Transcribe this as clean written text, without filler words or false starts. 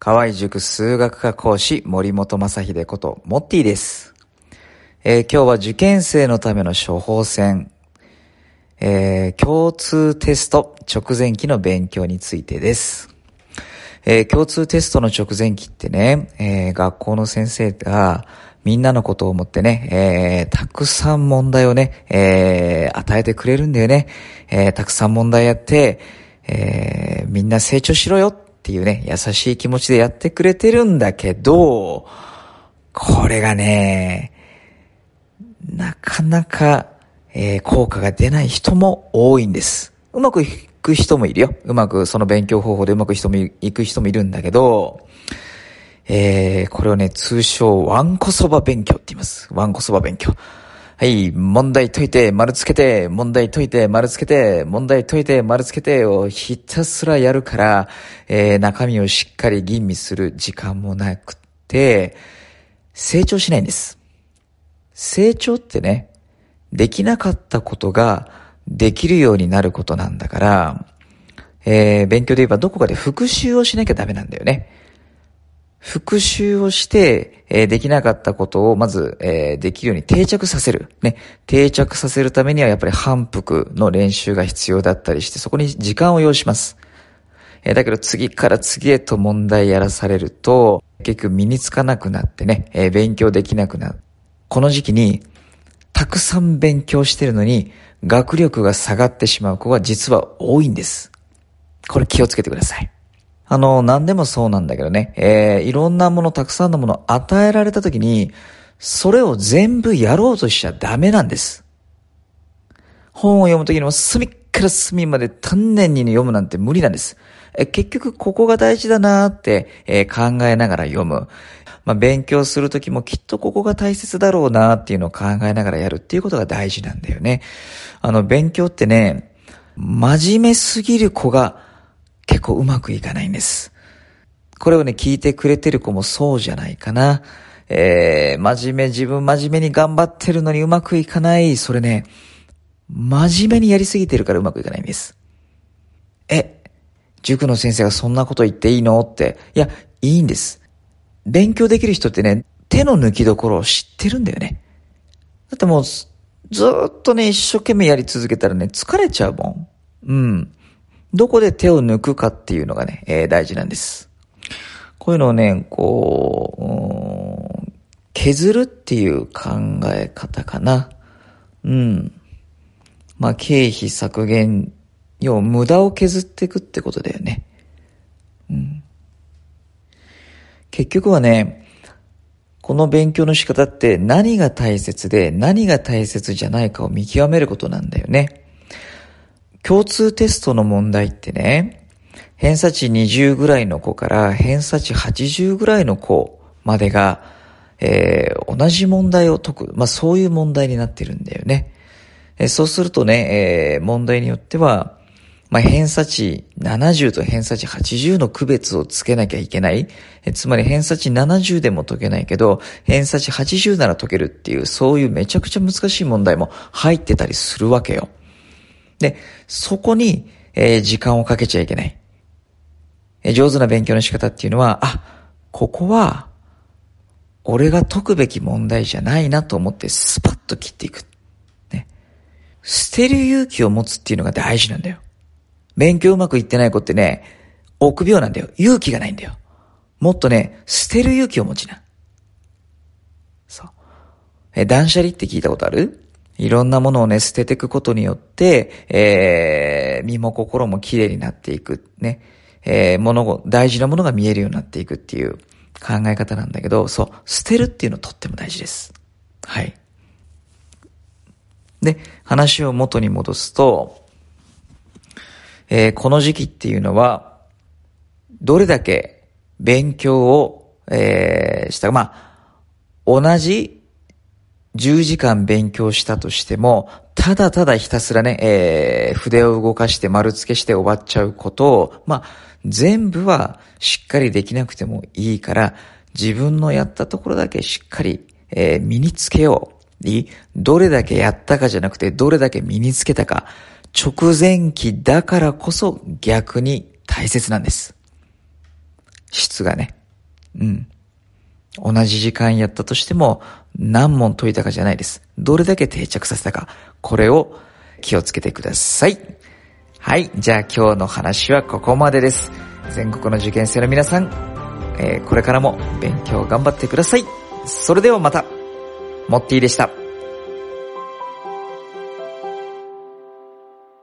河合塾数学科講師森本正秀ことモッティです。今日は受験生のための処方箋、共通テスト直前期の勉強についてです。共通テストの直前期ってね、学校の先生がみんなのことを思ってね、たくさん問題をね、与えてくれるんだよね。たくさん問題やって、みんな成長しろよっていうね、優しい気持ちでやってくれてるんだけど、これがね、なかなか、効果が出ない人も多いんです。うまくいく人もいるよ。うまくその勉強方法でうまくいく人もいるんだけど、これをね、通称わんこそば勉強って言います。わんこそば勉強。はい、問題解いて丸つけて、問題解いて丸つけて、問題解いて丸つけてをひたすらやるから、中身をしっかり吟味する時間もなくて、成長しないんです。成長ってね、できなかったことができるようになることなんだから、勉強で言えばどこかで復習をしなきゃダメなんだよね。復習をして、できなかったことをまず、できるように定着させる。ね。定着させるためにはやっぱり反復の練習が必要だったりして、そこに時間を要します。だけど次から次へと問題やらされると、結局身につかなくなってね、勉強できなくなる。この時期に、たくさん勉強してるのに、学力が下がってしまう子が実は多いんです。これ気をつけてください。何でもそうなんだけどね、いろんなもの、たくさんのものを与えられたときに、それを全部やろうとしちゃダメなんです。本を読むときにも隅から隅まで丹念に読むなんて無理なんです。結局ここが大事だなーって、考えながら読む。勉強するときもきっとここが大切だろうなーっていうのを考えながらやるっていうことが大事なんだよね。勉強ってね、真面目すぎる子が結構うまくいかないんです。これをね、聞いてくれてる子もそうじゃないかな。自分真面目に頑張ってるのにうまくいかない。それね、真面目にやりすぎてるからうまくいかないんです。塾の先生がそんなこと言っていいのって。いや、いいんです。勉強できる人ってね、手の抜きどころを知ってるんだよね。だってもう、ずーっとね、一生懸命やり続けたらね、疲れちゃうもん。どこで手を抜くかっていうのがね、大事なんです。こういうのをね、削るっていう考え方かな。経費削減、要は無駄を削っていくってことだよね。結局はね、この勉強の仕方って何が大切で何が大切じゃないかを見極めることなんだよね。共通テストの問題ってね、偏差値20ぐらいの子から偏差値80ぐらいの子までが、同じ問題を解く。そういう問題になってるんだよね。そうするとね、問題によっては、偏差値70と偏差値80の区別をつけなきゃいけない。つまり偏差値70でも解けないけど、偏差値80なら解けるっていう、そういうめちゃくちゃ難しい問題も入ってたりするわけよ。で、そこに、時間をかけちゃいけない。上手な勉強の仕方っていうのは、ここは、俺が解くべき問題じゃないなと思ってスパッと切っていく。ね。捨てる勇気を持つっていうのが大事なんだよ。勉強うまくいってない子ってね、臆病なんだよ。勇気がないんだよ。もっとね、捨てる勇気を持ちな。そう。断捨離って聞いたことある？いろんなものをね、捨てていくことによって、身も心も綺麗になっていく。ね。大事なものが見えるようになっていくっていう考え方なんだけど、そう、捨てるっていうのとっても大事です。はい。で、話を元に戻すと、この時期っていうのは、どれだけ勉強を、同じ10時間勉強したとしても、ただただひたすらね、筆を動かして丸付けして終わっちゃうことを、全部はしっかりできなくてもいいから、自分のやったところだけしっかり、身につけよう。どれだけやったかじゃなくて、どれだけ身につけたか。直前期だからこそ逆に大切なんです。 質がね。同じ時間やったとしても何問解いたかじゃないです。どれだけ定着させたか。これを気をつけてください。はい。じゃあ今日の話はここまでです。全国の受験生の皆さん、これからも勉強頑張ってください。それではまた。モッティでした。